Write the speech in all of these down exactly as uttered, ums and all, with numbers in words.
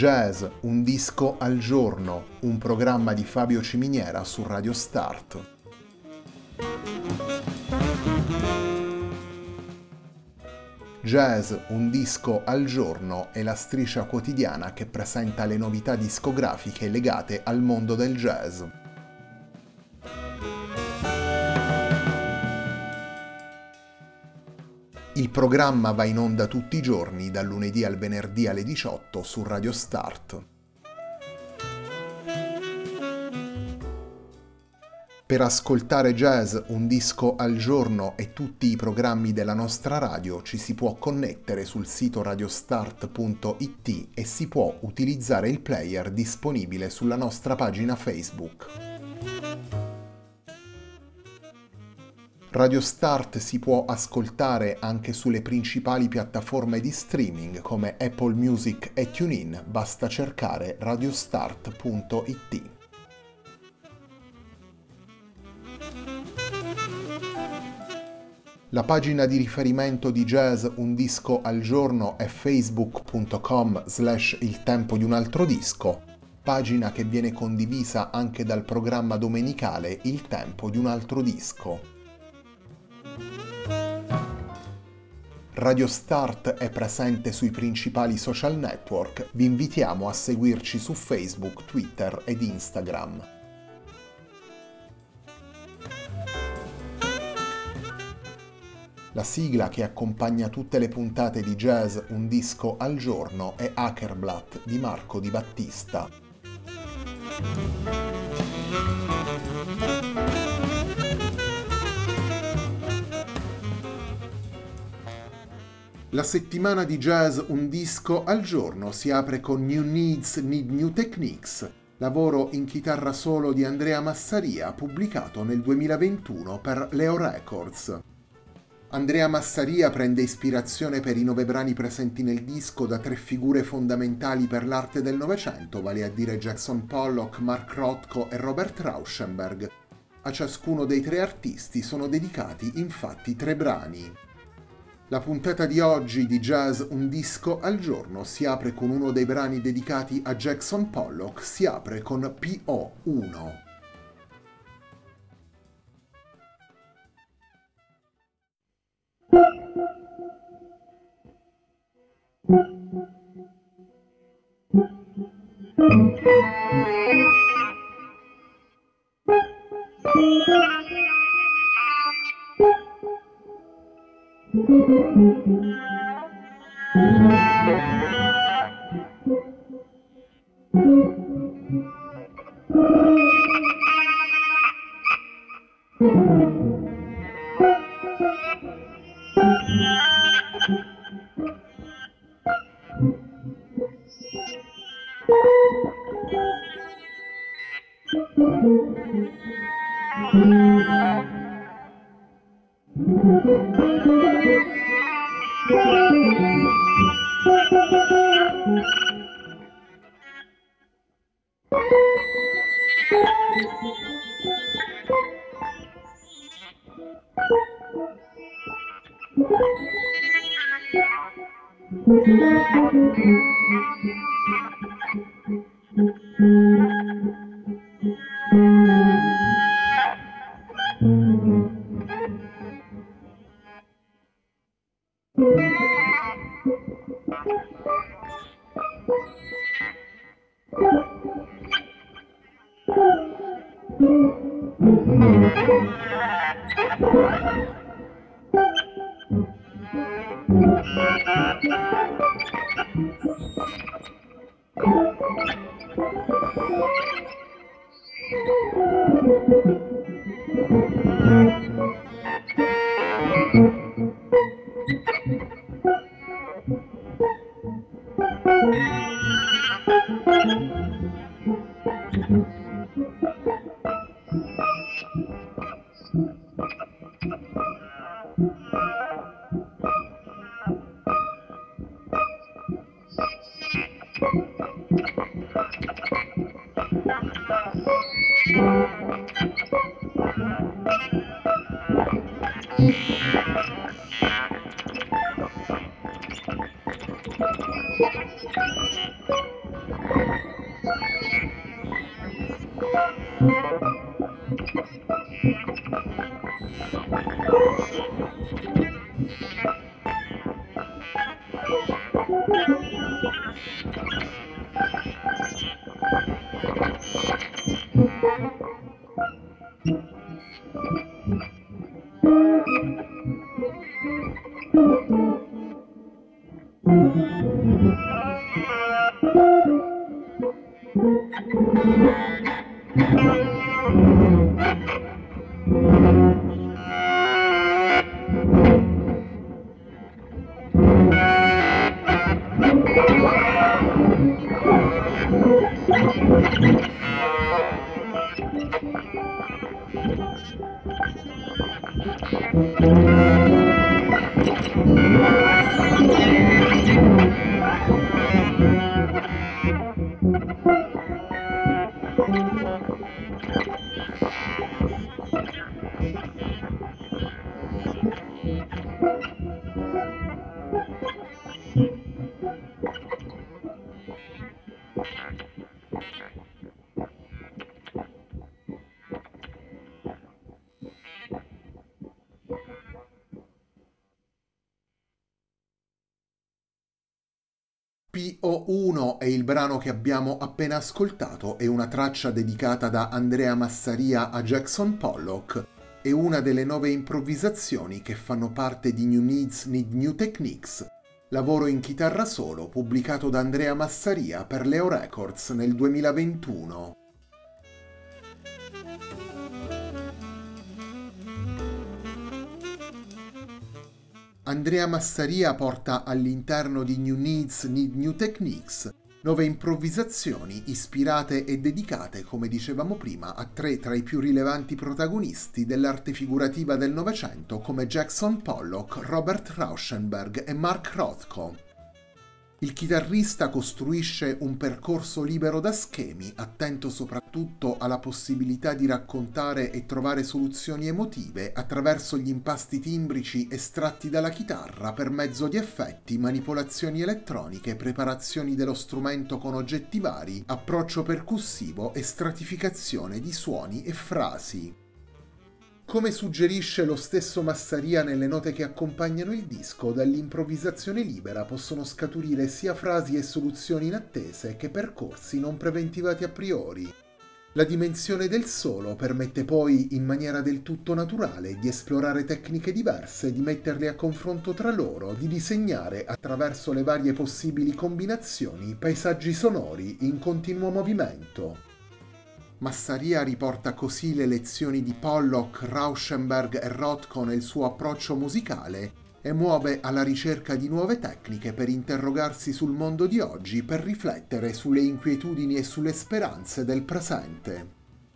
Jazz, un disco al giorno, un programma di Fabio Ciminiera su Radio Start. Jazz, un disco al giorno è la striscia quotidiana che presenta le novità discografiche legate al mondo del jazz. Il programma va in onda tutti i giorni, dal lunedì al venerdì alle diciotto su Radio Start. Per ascoltare Jazz, un disco al giorno e tutti i programmi della nostra radio ci si può connettere sul sito radiostart punto it e si può utilizzare il player disponibile sulla nostra pagina Facebook. Radio Start si può ascoltare anche sulle principali piattaforme di streaming come Apple Music e TuneIn, basta cercare radiostart punto it. La pagina di riferimento di Jazz, un disco al giorno è facebook punto com slash il tempo di un altro disco, pagina che viene condivisa anche dal programma domenicale Il tempo di un altro disco. Radio Start è presente sui principali social network, vi invitiamo a seguirci su Facebook, Twitter ed Instagram. La sigla che accompagna tutte le puntate di Jazz, un disco al giorno è Hackerblatt di Marco Di Battista. La settimana di Jazz, un disco al giorno si apre con New Needs Need New Techniques, lavoro in chitarra solo di Andrea Massaria pubblicato nel duemilaventuno per Leo Records. Andrea Massaria prende ispirazione per i nove brani presenti nel disco da tre figure fondamentali per l'arte del Novecento, vale a dire Jackson Pollock, Mark Rothko e Robert Rauschenberg. A ciascuno dei tre artisti sono dedicati infatti tre brani. La puntata di oggi di Jazz, un disco al giorno si apre con uno dei brani dedicati a Jackson Pollock, si apre con P O uno. P O uno è il brano che abbiamo appena ascoltato, è una traccia dedicata da Andrea Massaria a Jackson Pollock. È una delle nove improvvisazioni che fanno parte di New Needs Need New Techniques, lavoro in chitarra solo pubblicato da Andrea Massaria per Leo Records nel duemilaventuno. Andrea Massaria porta all'interno di New Needs Need New Techniques nove improvvisazioni ispirate e dedicate, come dicevamo prima, a tre tra i più rilevanti protagonisti dell'arte figurativa del Novecento come Jackson Pollock, Robert Rauschenberg e Mark Rothko. Il chitarrista costruisce un percorso libero da schemi, attento soprattutto alla possibilità di raccontare e trovare soluzioni emotive attraverso gli impasti timbrici estratti dalla chitarra per mezzo di effetti, manipolazioni elettroniche, preparazioni dello strumento con oggetti vari, approccio percussivo e stratificazione di suoni e frasi. Come suggerisce lo stesso Massaria nelle note che accompagnano il disco, dall'improvvisazione libera possono scaturire sia frasi e soluzioni inattese che percorsi non preventivati a priori. La dimensione del solo permette poi, in maniera del tutto naturale, di esplorare tecniche diverse, di metterle a confronto tra loro, di disegnare, attraverso le varie possibili combinazioni, paesaggi sonori in continuo movimento. Massaria riporta così le lezioni di Pollock, Rauschenberg e Rothko nel suo approccio musicale e muove alla ricerca di nuove tecniche per interrogarsi sul mondo di oggi, per riflettere sulle inquietudini e sulle speranze del presente.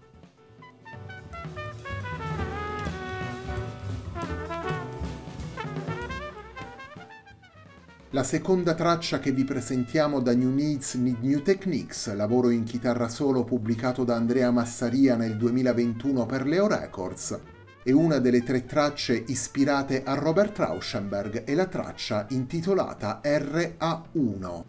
La seconda traccia che vi presentiamo da New Needs Need New Techniques, lavoro in chitarra solo pubblicato da Andrea Massaria nel duemilaventuno per Leo Records, è una delle tre tracce ispirate a Robert Rauschenberg e la traccia intitolata R A uno.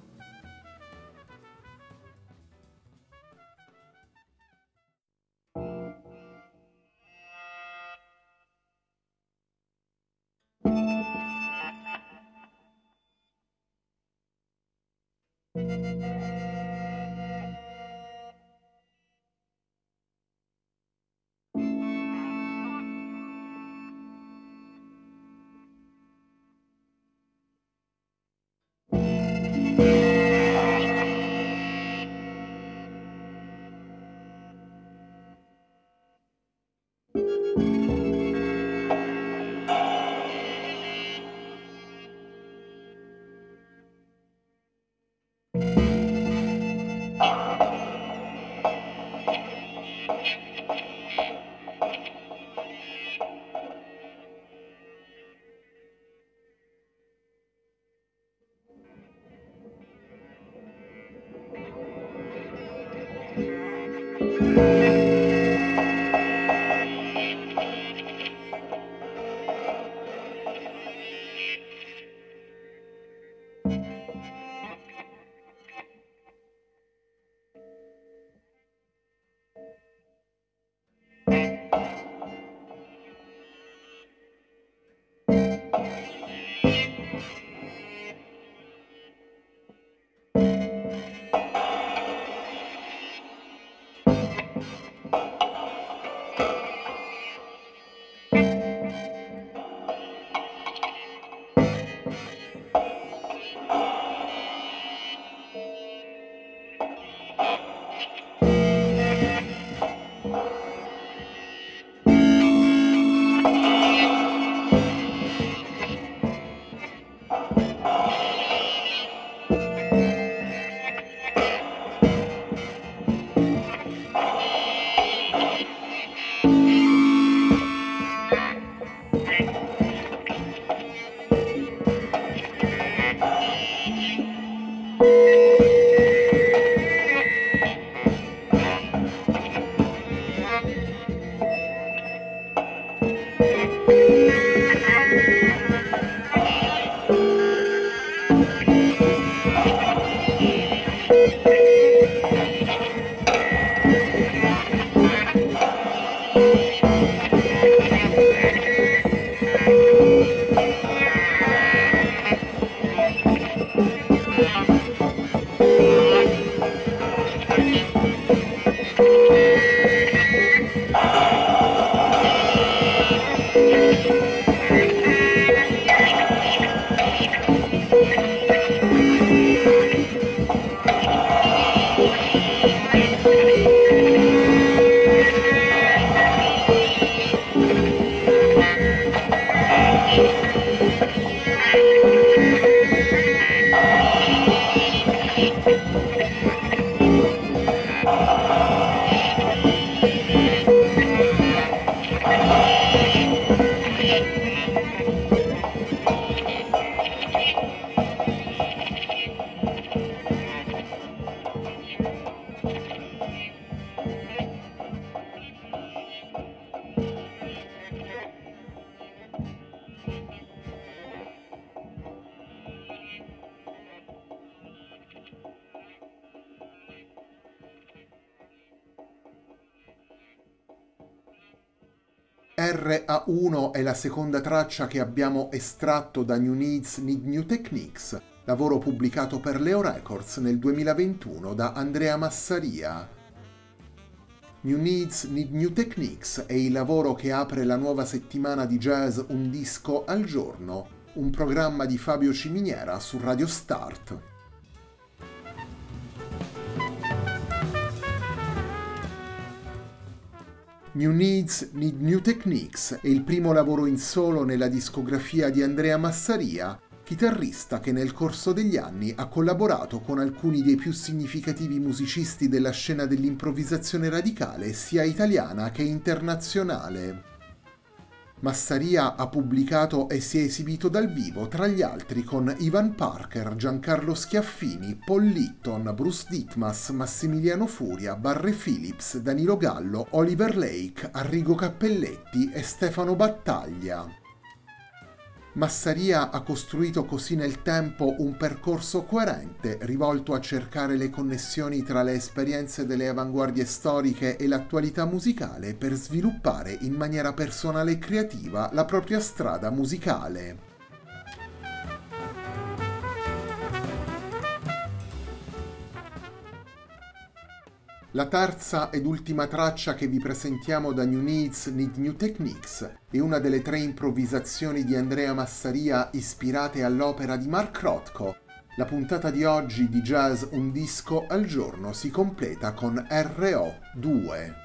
R A uno è la seconda traccia che abbiamo estratto da New Needs Need New Techniques, lavoro pubblicato per Leo Records nel duemilaventuno da Andrea Massaria. New Needs Need New Techniques è il lavoro che apre la nuova settimana di jazz Un disco al giorno, un programma di Fabio Ciminiera su Radio Start. New Needs Need New Techniques è il primo lavoro in solo nella discografia di Andrea Massaria, chitarrista che nel corso degli anni ha collaborato con alcuni dei più significativi musicisti della scena dell'improvvisazione radicale sia italiana che internazionale. Massaria ha pubblicato e si è esibito dal vivo tra gli altri con Ivan Parker, Giancarlo Schiaffini, Paul Litton, Bruce Ditmas, Massimiliano Furia, Barre Phillips, Danilo Gallo, Oliver Lake, Arrigo Cappelletti e Stefano Battaglia. Massaria ha costruito così nel tempo un percorso coerente, rivolto a cercare le connessioni tra le esperienze delle avanguardie storiche e l'attualità musicale per sviluppare in maniera personale e creativa la propria strada musicale. La terza ed ultima traccia che vi presentiamo da New Needs Need New Techniques è una delle tre improvvisazioni di Andrea Massaria ispirate all'opera di Mark Rothko. La puntata di oggi di Jazz Un disco al giorno si completa con R O due.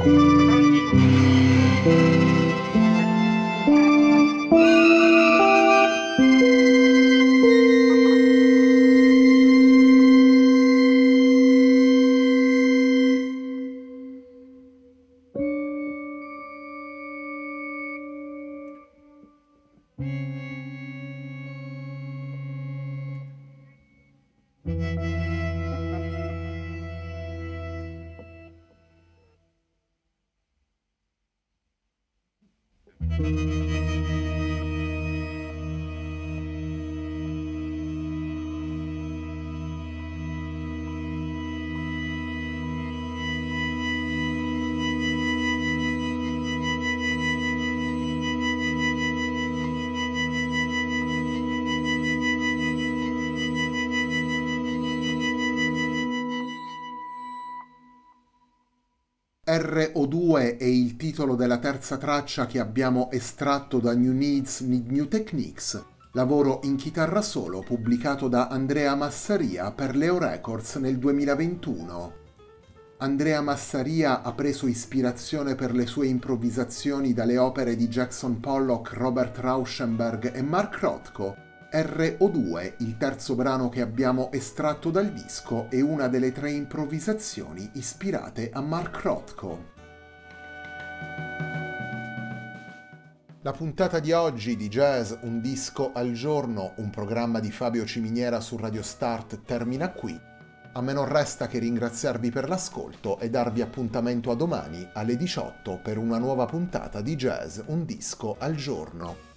R O due è il titolo della terza traccia che abbiamo estratto da New Needs Need New Techniques, lavoro in chitarra solo pubblicato da Andrea Massaria per Leo Records nel duemilaventuno. Andrea Massaria ha preso ispirazione per le sue improvvisazioni dalle opere di Jackson Pollock, Robert Rauschenberg e Mark Rothko. R O due, il terzo brano che abbiamo estratto dal disco, è una delle tre improvvisazioni ispirate a Mark Rothko. La puntata di oggi di Jazz Un Disco al Giorno, un programma di Fabio Ciminiera su Radio Start, termina qui. A me non resta che ringraziarvi per l'ascolto e darvi appuntamento a domani alle diciotto per una nuova puntata di Jazz Un Disco al Giorno.